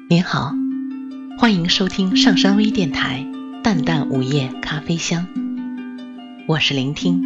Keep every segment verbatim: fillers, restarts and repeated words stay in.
您好，欢迎收听上山微电台淡淡午夜咖啡香，我是聆听。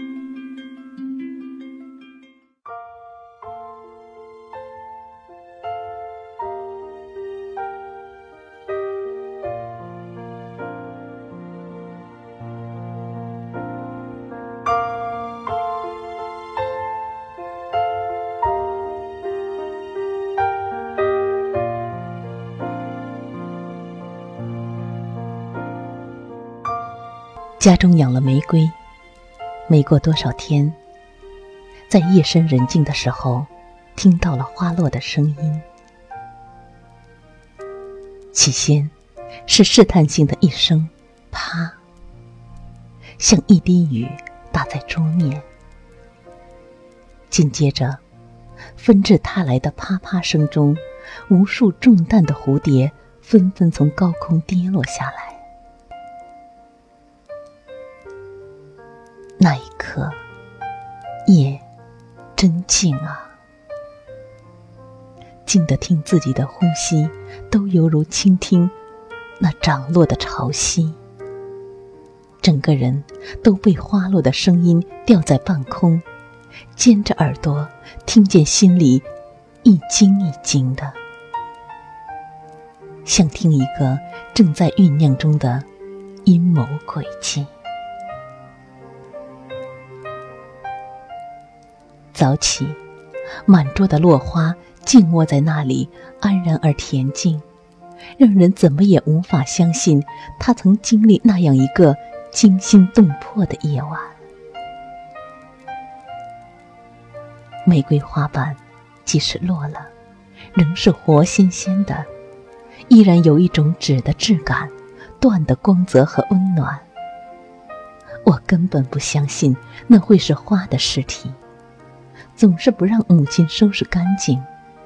家中养了玫瑰，没过多少天，在夜深人静的时候，听到了花落的声音。起先是试探性的一声啪，像一滴雨打在桌面，紧接着纷至沓来的啪啪声中，无数中弹的蝴蝶纷纷从高空跌落下来。那一刻，夜真静啊，静得听自己的呼吸都犹如倾听那涨落的潮汐，整个人都被花落的声音吊在半空，尖着耳朵听见，心里一惊一惊的，像听一个正在酝酿中的阴谋诡计。早起，满桌的落花静卧在那里，安然而恬静，让人怎么也无法相信他曾经历那样一个惊心动魄的夜晚。玫瑰花瓣即使落了，仍是活鲜鲜的，依然有一种纸的质感，缎的光泽和温暖。我根本不相信那会是花的尸体，总是不让母亲收拾干净。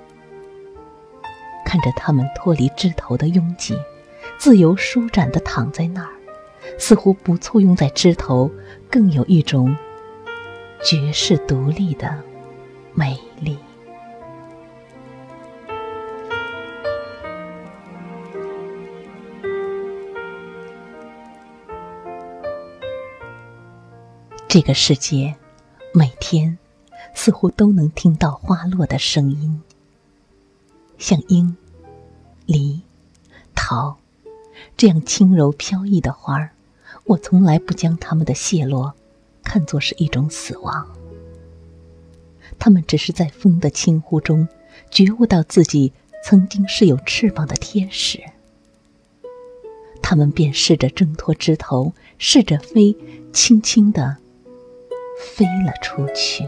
看着它们脱离枝头的拥挤，自由舒展地躺在那儿，似乎不簇拥在枝头，更有一种绝世独立的美丽。这个世界每天似乎都能听到花落的声音，像樱、梨、桃这样轻柔飘逸的花儿，我从来不将它们的谢落看作是一种死亡。它们只是在风的轻呼中觉悟到自己曾经是有翅膀的天使，它们便试着挣脱枝头，试着飞，轻轻地飞了出去。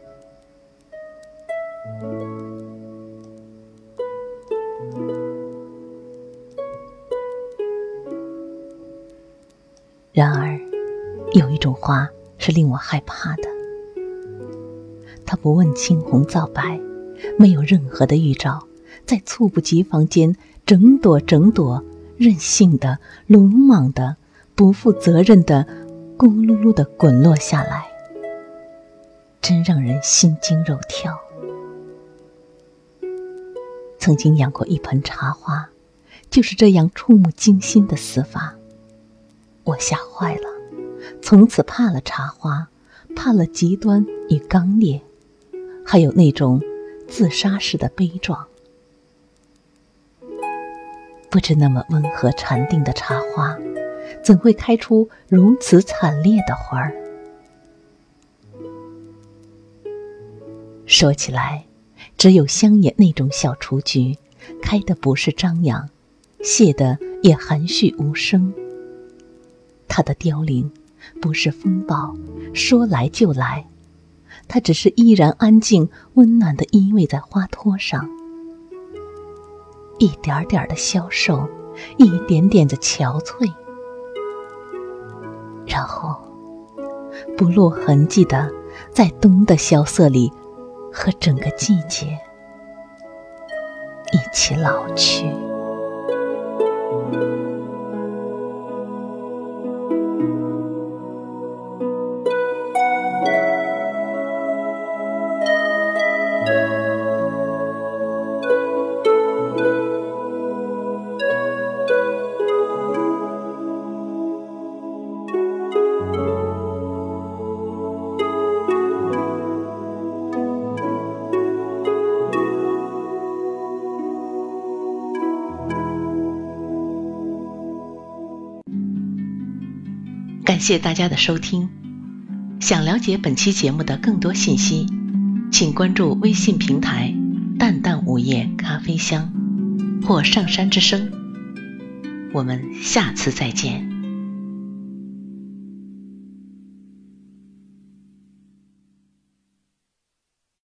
然而，有一种花是令我害怕的。它不问青红皂白，没有任何的预兆，在猝不及防间，整朵整朵任性的、鲁莽的、不负责任的，咕噜噜地滚落下来，真让人心惊肉跳。曾经养过一盆茶花，就是这样触目惊心的死法。我吓坏了，从此怕了茶花，怕了极端与刚烈，还有那种自杀式的悲壮。不知那么温和禅定的茶花，怎会开出如此惨烈的花儿？说起来，只有乡野那种小雏菊，开的不是张扬，谢的也含蓄无声。它的凋零不是风暴，说来就来，它只是依然安静温暖地依偎在花托上，一点点的消瘦，一点点的憔悴，然后不露痕迹地在冬的萧瑟里和整个季节一起老去。 感谢大家的收听。想了解本期节目的更多信息，请关注微信平台淡淡午夜咖啡香或上山之声。我们下次再见。